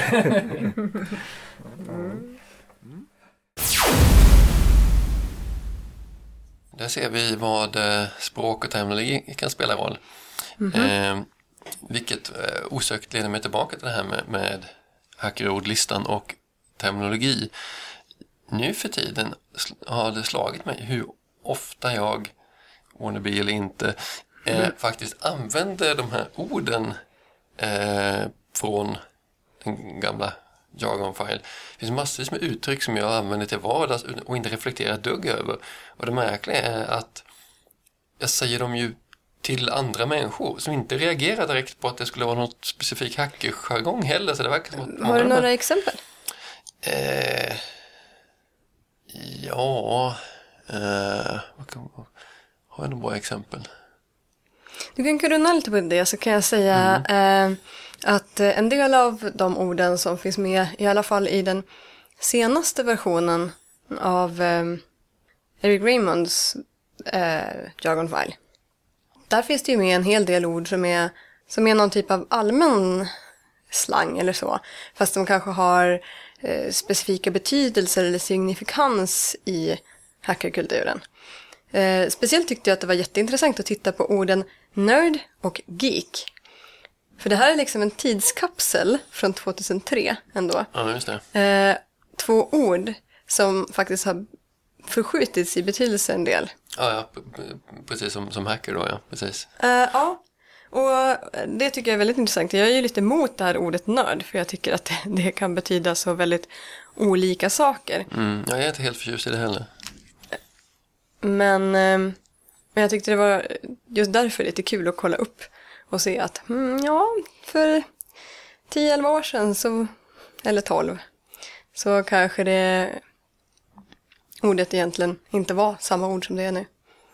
Där ser vi vad språk och terminologi kan spela roll. Vilket osökt leder mig tillbaka till det här med hackerordlistan och terminologi. Nu för tiden har det slagit mig hur ofta jag, wannabe eller inte, faktiskt använder de här orden från den gamla jargonfile. Det finns massvis med uttryck som jag använder till vardags och inte reflekterar ett dugg över. Och det märkliga är att jag säger dem ju till andra människor som inte reagerar direkt på att det skulle vara något specifik hackerjargong heller. Så det verkar som att har du några exempel? Har jag några bra exempel? Du kan grunna lite på det, så kan jag säga att en del av de orden som finns med, i alla fall i den senaste versionen av Eric Raymonds jargonfile, där finns det ju med en hel del ord som är någon typ av allmän slang eller så, fast de kanske har specifika betydelser eller signifikans i hackerkulturen. Speciellt tyckte jag att det var jätteintressant att titta på orden nörd och geek. För det här är liksom en tidskapsel från 2003 ändå. Ja, just det. 2 ord som faktiskt har förskjutits i betydelse en del. Ja, precis som hacker då, ja, precis. Ja, och det tycker jag är väldigt intressant. Jag är ju lite emot det här ordet nörd, för jag tycker att det kan betyda så väldigt olika saker. Jag är inte helt förtjust i det heller. Men jag tyckte det var just därför lite kul att kolla upp och se att för 10-11 år sedan så, eller 12, så kanske det ordet egentligen inte var samma ord som det är nu.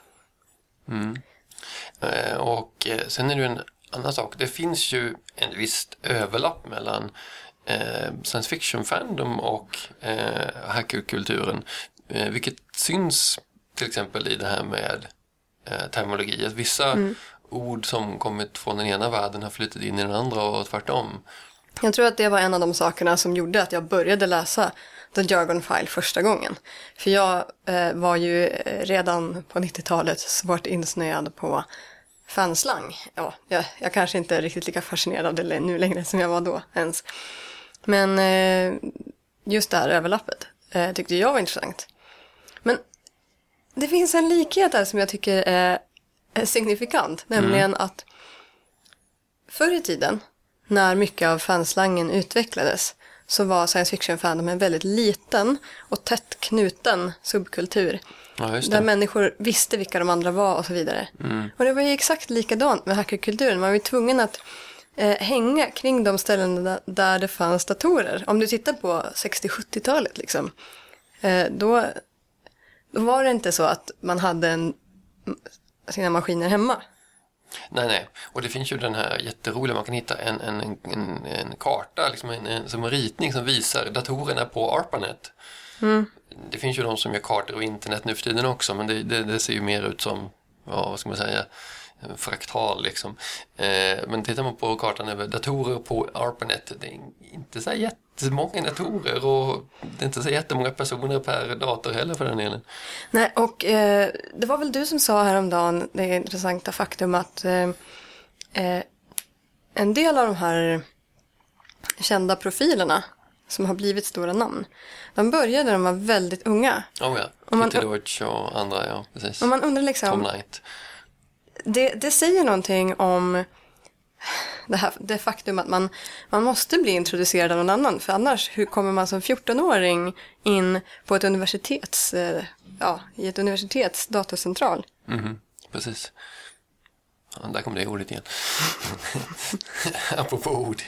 Och sen är det ju en annan sak. Det finns ju en viss överlapp mellan science fiction fandom och hackerkulturen, vilket syns till exempel i det här med terminologi. Att vissa ord som kommit från den ena världen har flyttat in i den andra och tvärtom. Jag tror att det var en av de sakerna som gjorde att jag började läsa The Jargon File första gången. För jag var ju redan på 90-talet svårt insnöad på fanslang. Ja, jag kanske inte är riktigt lika fascinerad av det nu längre som jag var då ens. Men just det här överlappet tyckte jag var intressant. Men det finns en likhet där som jag tycker är signifikant. Nämligen att förr i tiden, när mycket av fanslangen utvecklades, så var science fiction fandom en väldigt liten och tätt knuten subkultur. Ja, just det. Där människor visste vilka de andra var och så vidare. Och det var ju exakt likadant med hackerkulturen. Man var ju tvungen att hänga kring de ställen där det fanns datorer. Om du tittar på 60-70-talet liksom, då var det inte så att man hade sina maskiner hemma. Nej. Och det finns ju den här jätteroliga, man kan hitta en karta, liksom som en ritning som visar datorerna på ARPANET. Det finns ju de som gör kartor och internet nu för tiden också, men det ser ju mer ut som, vad ska man säga, en fraktal liksom. Men tittar man på kartan över datorer på ARPANET, det är inte så jättemånga datorer och det är inte så jättemånga personer per dator heller för den delen. Nej, och det var väl du som sa häromdagen det intressanta faktum att en del av de här kända profilerna som har blivit stora namn, de började när de var väldigt unga. Oh ja, Peter Deutsch och andra, ja, precis. Och man undrar liksom, Tom Knight. Det säger någonting om det faktum att man måste bli introducerad av någon annan. För annars, hur kommer man som 14-åring in på ett i ett universitets datacentral? Precis. Ja, där kom det ordet igen. Apropå ord.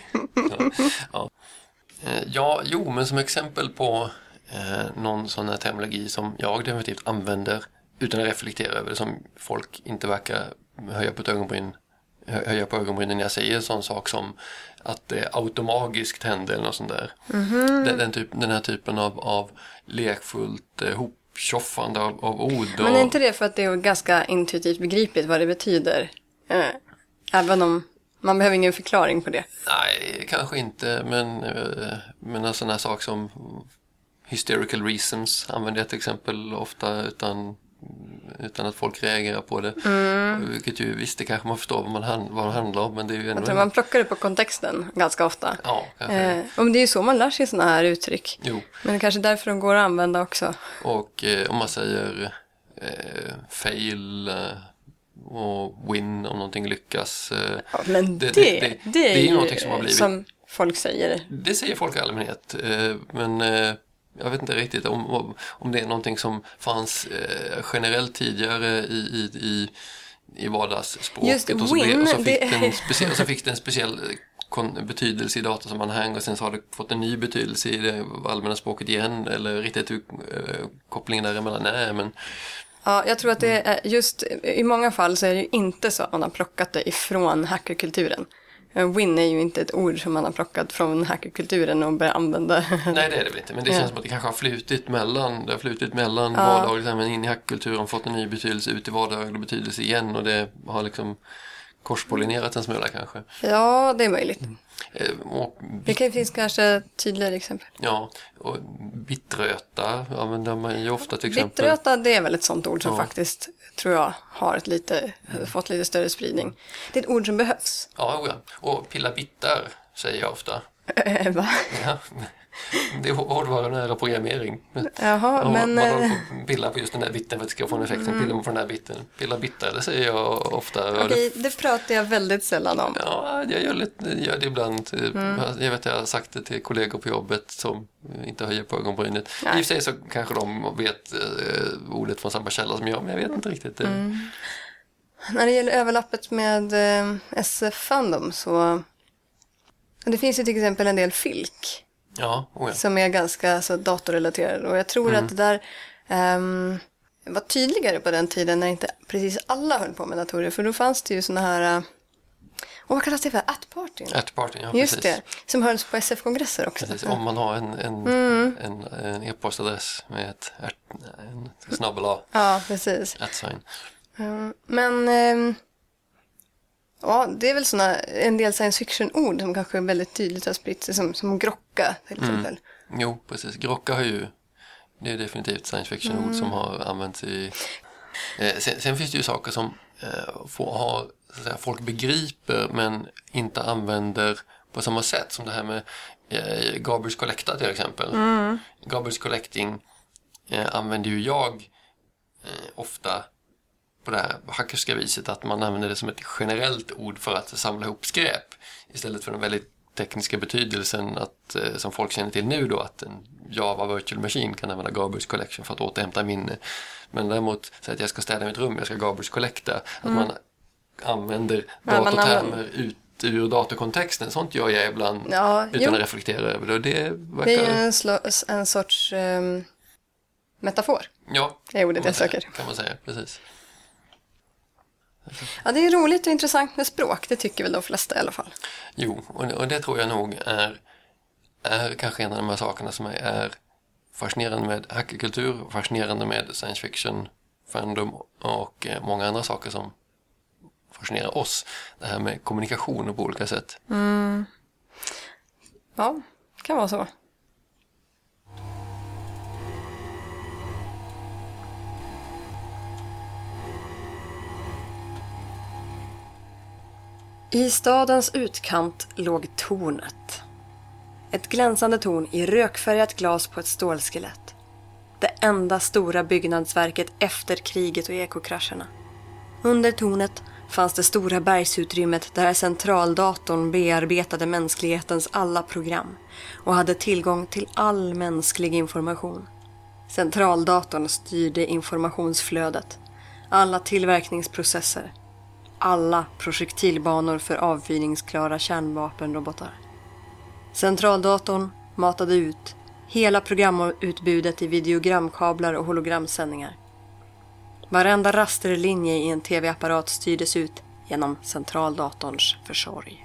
Men som exempel på någon sån här terminologi som jag definitivt använder utan att reflektera över det, som folk inte verkar höja på ögonbrynen när jag säger en sån sak som att det automagiskt händer eller något sånt där. Den här typen av lekfullt hoptjoffande av ord. Men är inte det för att det är ganska intuitivt begripligt vad det betyder? Även om man behöver ingen förklaring på det. Nej, kanske inte. Men en sån här sak som hysterical reasons använder jag till exempel ofta utan att folk reagerar på det. Vilket ju visst, det kanske man förstår vad det handlar om, men det är ju ändå... Jag tror man plockar det på kontexten ganska ofta. Ja, kanske. Och det är ju så man lär sig såna här uttryck. Jo. Men det är kanske därför de går att använda också. Och om man säger fail och win om någonting lyckas. Ja, men det är ju någonting som har blivit... Som folk säger. Det säger folk i allmänhet. Men... jag vet inte riktigt om det är någonting som fanns generellt tidigare i vardagsspråket. Just och så win, så fick det en speciell betydelse i datasammanhang och sen så har det fått en ny betydelse i det allmänna språket igen, eller riktigt kopplingen däremellan. Nej, men... Ja, jag tror att det är just, i många fall så är det ju inte så att man har plockat det ifrån hackerkulturen. Win är ju inte ett ord som man har plockat från hackerkulturen och börjat använda. Nej, det är det väl inte. Men det känns som att det kanske har flutit mellan vardagligt, men in i hackkulturen, fått en ny betydelse, ut i vardaglig betydelse igen. Och det har liksom korspollinerat en smula kanske. Ja, det är möjligt. Det finns kanske tydligare exempel. Ja, och bittröta använder man ju ofta till exempel. Bittröta, det är väl ett sånt ord som faktiskt, tror jag, har fått lite större spridning. Det är ett ord som behövs. Ja. Och pilla bittar säger jag ofta. Va? Ja. Det är hårdvara nära programmering. Jaha, men... Man håller på att pilla på just den där bitten för att det ska få en effekt. Sen pillar man på den där bitten. Pilla bittar, det säger jag ofta. Okej, det pratar jag väldigt sällan om. Ja, jag gör det ibland. Jag vet, jag har sagt det till kollegor på jobbet som inte höjer på ögonbrynet. I och för sig så kanske de vet ordet från samma källa som jag, men jag vet inte riktigt. När det gäller överlappet med SF-fandom så... Det finns ju till exempel en del filk. Ja. Som är ganska datorrelaterade. Och jag tror att det där var tydligare på den tiden när inte precis alla höll på med datorer. För då fanns det ju såna här... vad kallas det för? At-partyn? At-partyn, ja, just precis. Det, som hölls på SF-kongresser också. Precis, om man har en e-postadress med en snabbel-a. Ja, precis. At-sign. Men... Ja, det är väl en del science fiction-ord som kanske väldigt tydligt har spritt sig, som grocka till exempel. Jo, precis. Grocka det är definitivt science fiction-ord som har använts i... Sen finns det ju saker som folk begriper men inte använder på samma sätt, som det här med garbage collector till exempel. Garbage collecting använder ju jag ofta på det här hackerska viset, att man använder det som ett generellt ord för att samla ihop skräp istället för den väldigt tekniska betydelsen att, som folk känner till nu då, att en Java Virtual Machine kan använda garbage collection för att återhämta minne. Men däremot så att jag ska städa mitt rum, jag ska garbage collecta, att man använder datortermer ut ur datorkontexten. Sånt gör jag ibland utan att reflektera över det. Det är en sorts metafor. Ja, det är ordet jag söker. Kan man säga, precis. Ja, det är roligt och intressant med språk. Det tycker väl de flesta i alla fall. Jo, och det tror jag nog är kanske en av de här sakerna som är fascinerande med hackerkultur, fascinerande med science fiction, fandom och många andra saker som fascinerar oss. Det här med kommunikation på olika sätt. Ja, det kan vara så. I stadens utkant låg tornet. Ett glänsande torn i rökfärgat glas på ett stålskelett. Det enda stora byggnadsverket efter kriget och ekokrascherna. Under tornet fanns det stora bergsutrymmet där centraldatorn bearbetade mänsklighetens alla program och hade tillgång till all mänsklig information. Centraldatorn styrde informationsflödet, alla tillverkningsprocesser, alla projektilbanor för avfyrningsklara kärnvapenrobotar. Centraldatorn matade ut hela programutbudet i videogramkablar och hologramsändningar. Varenda rasterlinje i en tv-apparat styrdes ut genom centraldatorns försorg.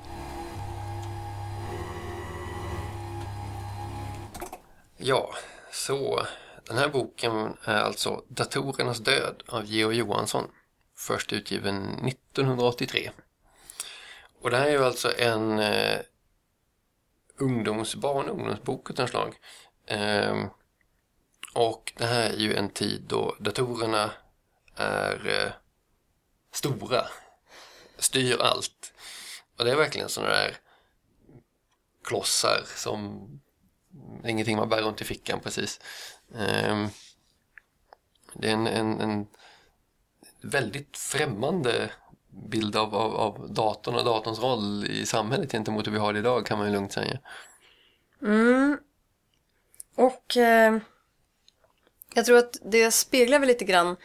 Ja, så den här boken är alltså Datorernas död av Georg Johansson. Först utgiven 1983. Och det här är ju alltså en ungdomsbok av något slag. Och det här är ju en tid då datorerna är stora, styr allt. Och det är verkligen sådana där klossar som ingenting man bär runt i fickan precis. Det är en väldigt främmande bild av datorn och datorns roll i samhället gentemot hur vi har det idag, kan man ju lugnt säga. Och jag tror att det speglar väl lite grann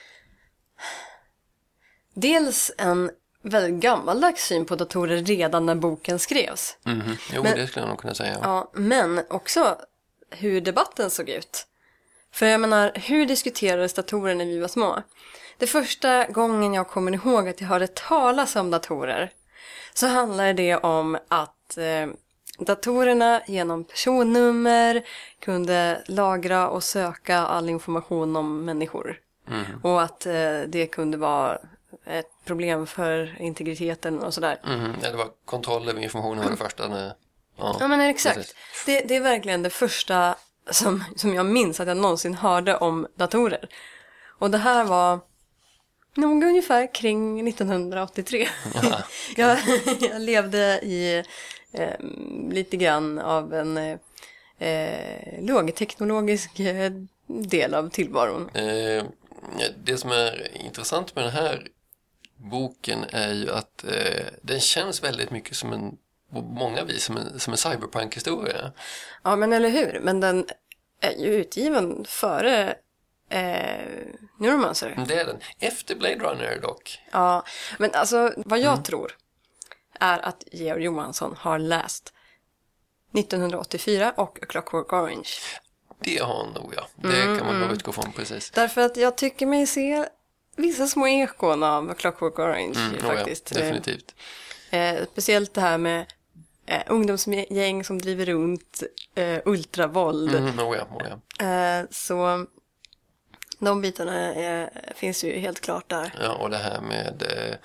dels en väldigt gammaldags syn på datorer redan när boken skrevs. Jo, men, det skulle jag nog kunna säga. Ja, men också hur debatten såg ut. För jag menar, hur diskuterades datorer när vi var små? Det första gången jag kommer ihåg att jag hörde talas om datorer så handlar det om att datorerna genom personnummer kunde lagra och söka all information om människor. Och att det kunde vara ett problem för integriteten och sådär. Ja, det var kontroll över informationen var det första. Ja, men exakt. Det är verkligen det första som jag minns att jag någonsin hörde om datorer. Och det här var nog ungefär kring 1983. jag levde i lite grann av en lågteknologisk del av tillvaron. Det som är intressant med den här boken är ju att den känns väldigt mycket som en, på många vis som en cyberpunk-historia. Ja, men eller hur? Men den är ju utgiven före Neuromancer. Det är den. Efter Blade Runner dock. Ja, men alltså vad jag tror är att Georg Johansson har läst 1984 och A Clockwork Orange. Det har han nog, ja. Det kan man nog utgå från, precis. Därför att jag tycker mig se vissa små ekon av A Clockwork Orange faktiskt. Ja, definitivt. Speciellt det här med ungdomsgäng som driver runt, ultravåld. Så de bitarna finns ju helt klart där. Ja, och det här med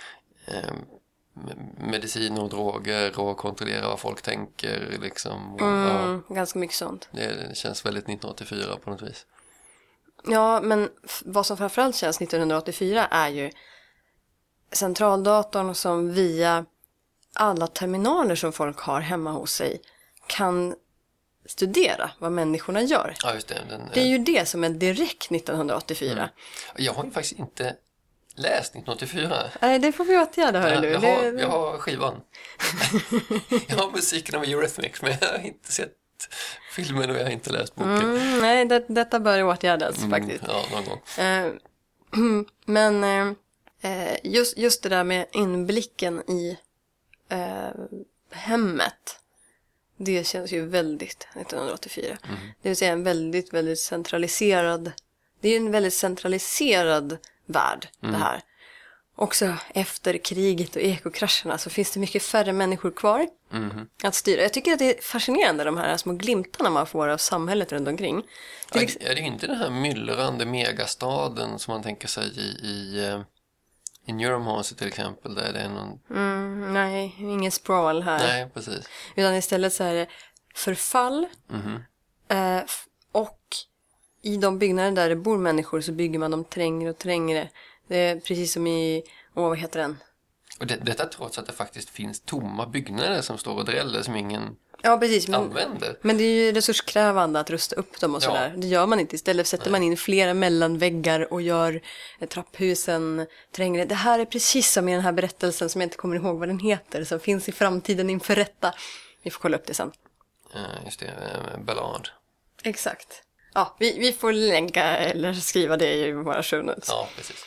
medicin och droger och kontrollera vad folk tänker liksom. Ganska mycket sånt. Det känns väldigt 1984 på något vis. Ja, men vad som framförallt känns 1984 är ju centraldatorn som via alla terminaler som folk har hemma hos sig kan studera vad människorna gör. Ja, just det. Det är ju det som är direkt 1984. Jag har ju faktiskt inte läst 1984. Nej, det får vi åtgärda, hör du. Jag har skivan. Jag har musiken av Eurythmics, men jag har inte sett filmen och jag har inte läst boken. Nej, detta bör åtgärdas faktiskt. Ja, någon gång. Men just det där med inblicken i hemmet, det känns ju väldigt 1984. Det vill säga en väldigt, väldigt centraliserad, det är en väldigt centraliserad värld det här. Också efter kriget och ekokrascherna så finns det mycket färre människor kvar att styra. Jag tycker att det är fascinerande de här små glimtarna man får av samhället runt omkring. Är det inte den här myllrande megastaden som man tänker sig i Neuromancer till exempel, där det är någon... Nej, ingen sprawl här. Nej, precis. Utan istället så är det förfall och i de byggnader där det bor människor så bygger man dem trängre och trängre. Det är precis som i, vad heter den? Och detta trots att det faktiskt finns tomma byggnader som står och dräller som ingen använder. Men det är ju resurskrävande att rusta upp dem och sådär. Det gör man inte. Istället sätter man in flera mellanväggar och gör trapphusen trängre. Det här är precis som i den här berättelsen som jag inte kommer ihåg vad den heter. Som finns i framtiden inför rätta. Vi får kolla upp det sen. Just det, Ballard. Exakt. Ja, vi får länka eller skriva det i våra show notes. Ja, precis.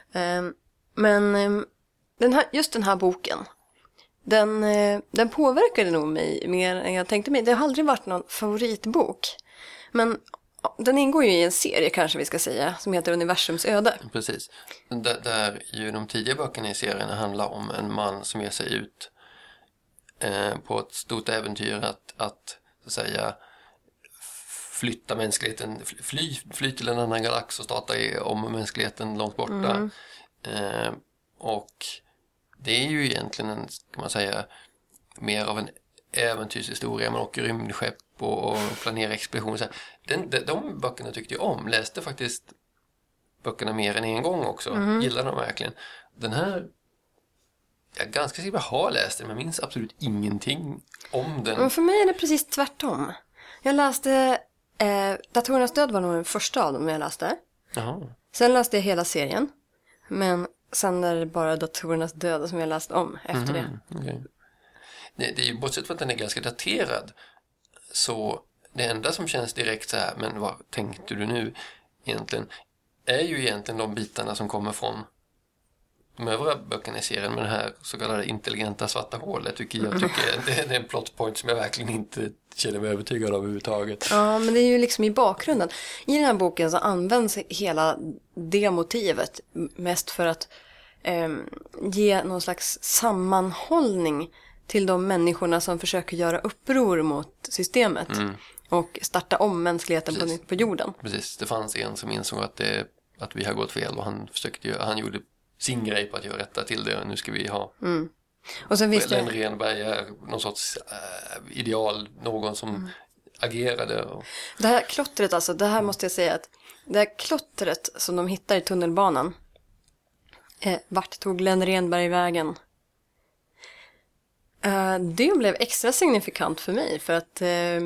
Men just den här boken, den påverkade nog mig mer än jag tänkte mig. Det har aldrig varit någon favoritbok. Men den ingår ju i en serie kanske vi ska säga som heter Universums öde. Precis. Där ju de tidiga böckerna i serien handlar om en man som ger sig ut på ett stort äventyr att så att säga flytta mänskligheten, fly till en annan galax och starta om mänskligheten långt borta. Och det är ju egentligen kan man säga, mer av en äventyrshistoria. Man åker rymdskepp och planerar expeditioner. De böckerna tyckte jag om. Läste faktiskt böckerna mer än en gång också. Gillade dem verkligen. Den här, jag är ganska säker på att jag har läst den, men minns absolut ingenting om den. Men för mig är det precis tvärtom. Jag läste Datorernas död var nog den första av dem jag läste. Jaha. Sen läste jag hela serien. Men sen är det bara Datorernas död som jag läst om efter det. Okay. Det är ju bortsett från att den är ganska daterad. Så det enda som känns direkt så här, men vad tänkte du nu egentligen? Är ju egentligen de bitarna som kommer från de övriga böckerna i serien med det här så kallade intelligenta svarta hålet. Jag tycker det är en plot point som jag verkligen inte känner mig övertygad av överhuvudtaget. Ja, men det är ju liksom i bakgrunden. I den här boken så används hela det motivet mest för att ge någon slags sammanhållning till de människorna som försöker göra uppror mot systemet och starta om mänskligheten på nytt på jorden. Precis, det fanns en som insåg att vi har gått fel och han gjorde sin grej på att göra rätta till det. Nu ska vi ha Och sen visste en Renberg är någon sorts ideal, någon som agerade. Och... Det här klottret alltså, det här måste jag säga att det här klottret som de hittar i tunnelbanan, vart tog Glenn Renberg vägen? Det blev extra signifikant för mig för att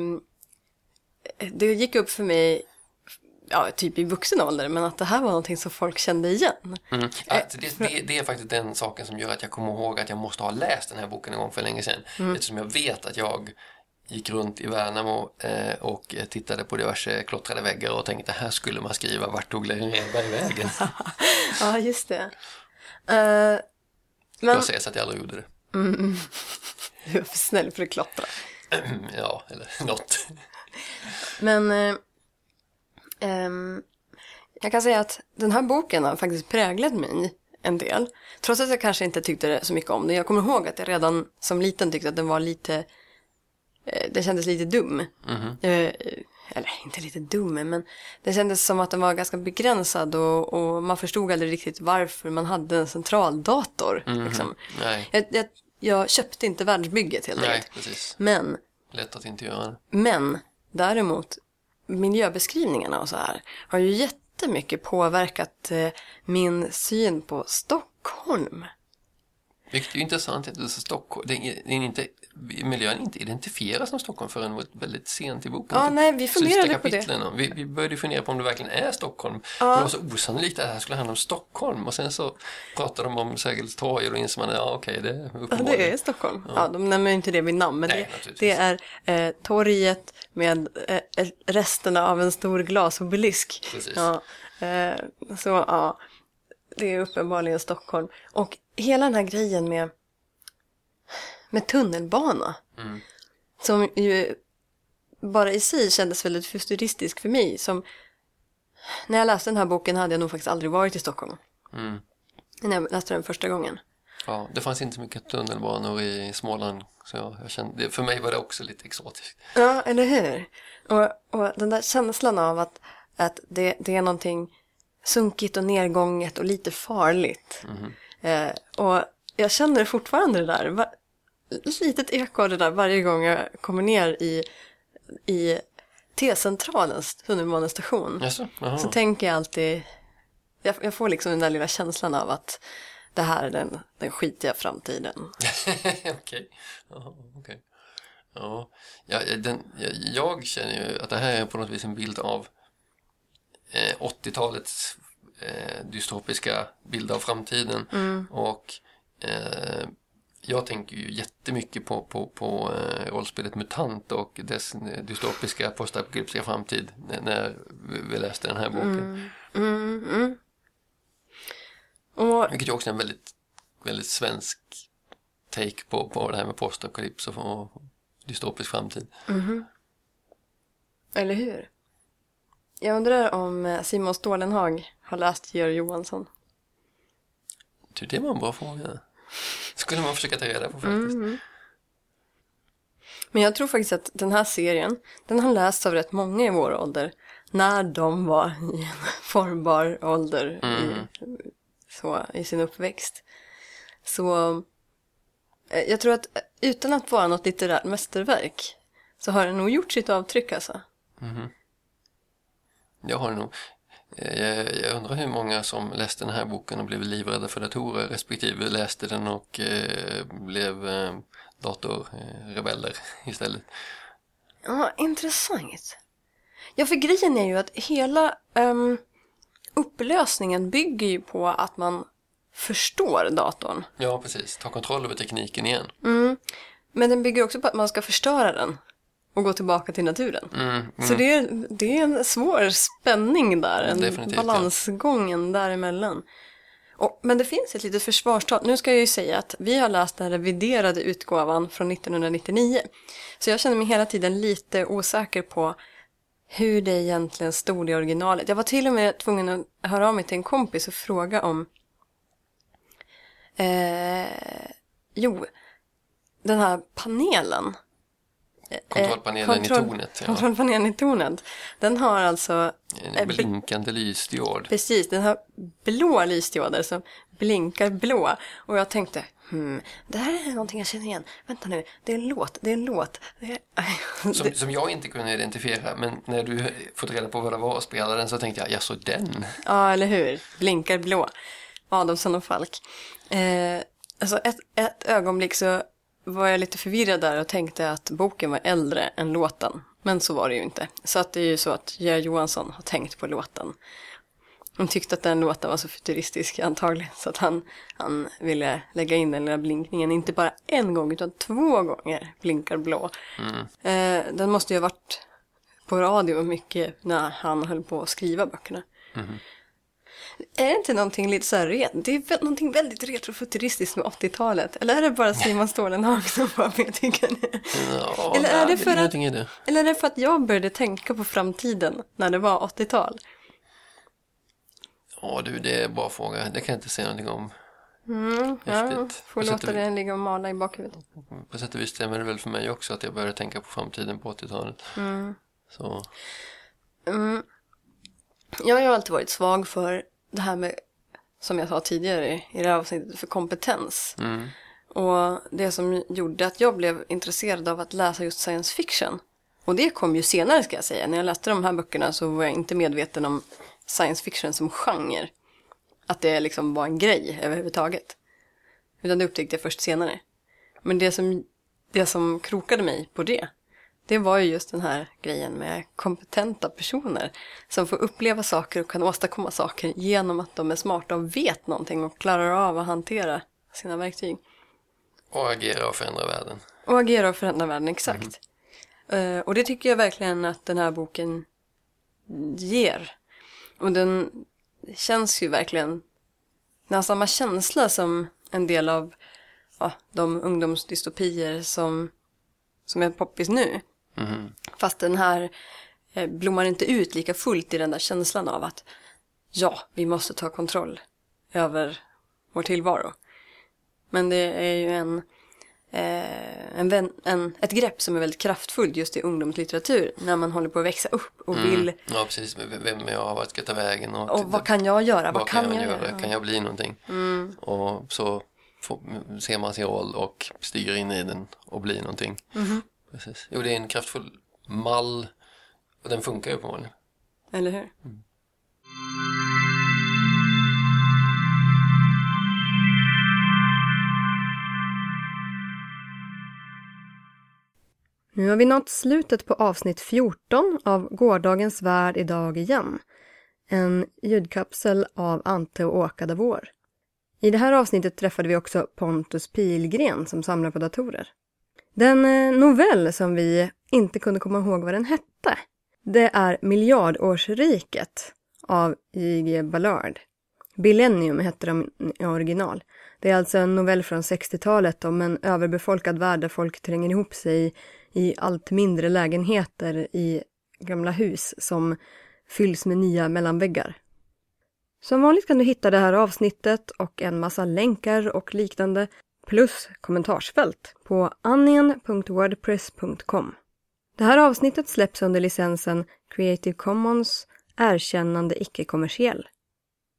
det gick upp för mig typ i vuxen ålder, men att det här var någonting som folk kände igen. Det är faktiskt den saken som gör att jag kommer ihåg att jag måste ha läst den här boken en gång för länge sedan. Eftersom jag vet att jag gick runt i Värnamo och tittade på diverse klottrade väggar och tänkte här skulle man skriva vart tog Glenn Renberg vägen. Ja, just det. Jag säger så att jag aldrig gjorde det. Du är för snäll för att klottra. Ja, eller något. Men jag kan säga att den här boken har faktiskt präglat mig en del. Trots att jag kanske inte tyckte så mycket om den. Jag kommer ihåg att jag redan som liten tyckte att den var lite... det kändes lite dum. Eller inte lite dum, men det kändes som att den var ganska begränsad och man förstod aldrig riktigt varför man hade en centraldator. Liksom. Jag köpte inte världsbygget helt enkelt. Precis. Men, lätt att inte göra det. Men däremot miljöbeskrivningarna och så här har ju jättemycket påverkat min syn på Stockholm. Vilket är ju intressant att Stockholm, miljön inte identifieras som Stockholm förrän väldigt sent i boken. Ja, nej, vi funderade på det. Vi började fundera på om det verkligen är Stockholm. Ja. Det var så osannolikt att det här skulle handla om Stockholm. Och sen så pratade de om Sergels torg och då inser man det är uppenbarligen. Ja, det är Stockholm. Ja, de nämner inte det vid namn, men det är torget med resterna av en stor glasobelisk. Precis. Ja, så ja, det är uppenbarligen Stockholm. Och hela den här grejen med tunnelbana som ju bara i sig kändes väldigt futuristisk för mig. Som, när jag läste den här boken hade jag nog faktiskt aldrig varit i Stockholm. När jag läste den första gången. Ja, det fanns inte så mycket tunnelbanor i Småland så jag kände, för mig var det också lite exotiskt. Ja, eller hur? Och den där känslan av att det är någonting sunkigt och nedgånget och lite farligt. Och jag känner fortfarande det där. Ett litet eko av det där varje gång jag kommer ner i T-centralens tunnelbanestation. Så tänker jag alltid... Jag får liksom den där lilla känslan av att det här är den skitiga framtiden. Okej. Ja, jag känner ju att det här är på något vis en bild av 80-talets dystopiska bild av framtiden. Och jag tänker ju jättemycket på rollspelet MUTANT och dess dystopiska postapokalyptiska framtid när vi läste den här boken. Vilket ju också är en väldigt, väldigt svensk take på det här med postapokalyps och dystopisk framtid. Eller hur? Jag undrar om Simon Stålenhag har läst Georg Johansson. Det var en bra fråga. Skulle man försöka ta reda på faktiskt. Men jag tror faktiskt att den här serien, den har lästs av rätt många i vår ålder. När de var i en formbar ålder i sin uppväxt. Så jag tror att utan att vara något litterärt mästerverk så har den nog gjort sitt avtryck alltså. Jag har nog. Jag undrar hur många som läste den här boken och blev livrädda för datorer respektive läste den och blev datorrebeller istället. Ja, intressant. Ja, för grejen är ju att hela upplösningen bygger ju på att man förstår datorn. Ja, precis. Ta kontroll över tekniken igen. Men den bygger också på att man ska förstöra den och gå tillbaka till naturen. Så det är en svår spänning där. En balansgången däremellan. Men det finns ett litet försvarstal. Nu ska jag ju säga att vi har läst den reviderade utgåvan från 1999. Så jag känner mig hela tiden lite osäker på hur det egentligen stod i originalet. Jag var till och med tvungen att höra av mig till en kompis och fråga om den här panelen Kontrollpanelen i tornet. Ja. Kontrollpanelen i tornet. Den har alltså... En blinkande lysdiod. Precis, den har blå lysdioder som blinkar blå. Och jag tänkte, det här är någonting jag känner igen. Vänta nu, det är en låt. Som jag inte kunde identifiera, men när du fått reda på vad det var och spelade den så tänkte jag, så den. Ja, eller hur? Blinkar blå. Adolfsson och Falk. Alltså ett ögonblick så var jag lite förvirrad där och tänkte att boken var äldre än låten. Men så var det ju inte. Så att det är ju så att Georg Johansson har tänkt på låten. Han tyckte att den låten var så futuristisk antagligen. Så att han ville lägga in den lilla blinkningen. Inte bara en gång utan 2 gånger blinkar blå. Den måste ju ha varit på radio mycket när han höll på att skriva böckerna. Är det inte någonting lite så här det är någonting väldigt retrofuturistiskt med 80-talet? Eller är det bara Simon Stålenhag som bara tycker det? Ja, eller är det för att jag började tänka på framtiden när det var 80-tal? Ja du, det är en bra fråga. Det kan jag inte säga någonting om. Ja, får låta det ligga och mala i bakhuvudet. På sätt och vis stämmer det väl för mig också att jag började tänka på framtiden på 80-talet. Så. Jag har ju alltid varit svag för det här med, som jag sa tidigare i det här avsnittet, för kompetens. Och det som gjorde att jag blev intresserad av att läsa just science fiction. Och det kom ju senare, ska jag säga. När jag läste de här böckerna så var jag inte medveten om science fiction som genre. Att det liksom var en grej överhuvudtaget. Utan det upptäckte jag först senare. Men det som krokade mig på det var ju just den här grejen med kompetenta personer som får uppleva saker och kan åstadkomma saker genom att de är smarta och vet någonting och klarar av att hantera sina verktyg. Och agera och förändra världen. Och agera och förändra världen, exakt. Och det tycker jag verkligen att den här boken ger. Och den känns ju verkligen, den har samma känsla som en del av de ungdomsdystopier som är poppis nu. Fast den här blommar inte ut lika fullt i den där känslan av att vi måste ta kontroll över vår tillvaro. Men det är ju ett grepp som är väldigt kraftfullt just i ungdomslitteratur när man håller på att växa upp och vill... Ja, precis. Vem jag har, vart ska jag ta vägen? Och vad kan jag göra? Vad kan jag göra? Kan jag bli någonting? Och så ser man sin roll och styr in i den och blir någonting. Precis. Jo, det är en kraftfull mall och den funkar ju på målen. Eller hur? Nu har vi nått slutet på avsnitt 14 av Gårdagens värld idag igen. En ljudkapsel av Ante och Åka Davor. I det här avsnittet träffade vi också Pontus Pilgren som samlar på datorer. Den novell som vi inte kunde komma ihåg vad den hette, det är Miljardårsriket av J.G. Ballard. Millennium hette de i original. Det är alltså en novell från 60-talet om en överbefolkad värld där folk tränger ihop sig i allt mindre lägenheter i gamla hus som fylls med nya mellanväggar. Som vanligt kan du hitta det här avsnittet och en massa länkar och liknande plus kommentarsfält på annien.wordpress.com. Det här avsnittet släpps under licensen Creative Commons erkännande icke-kommersiell.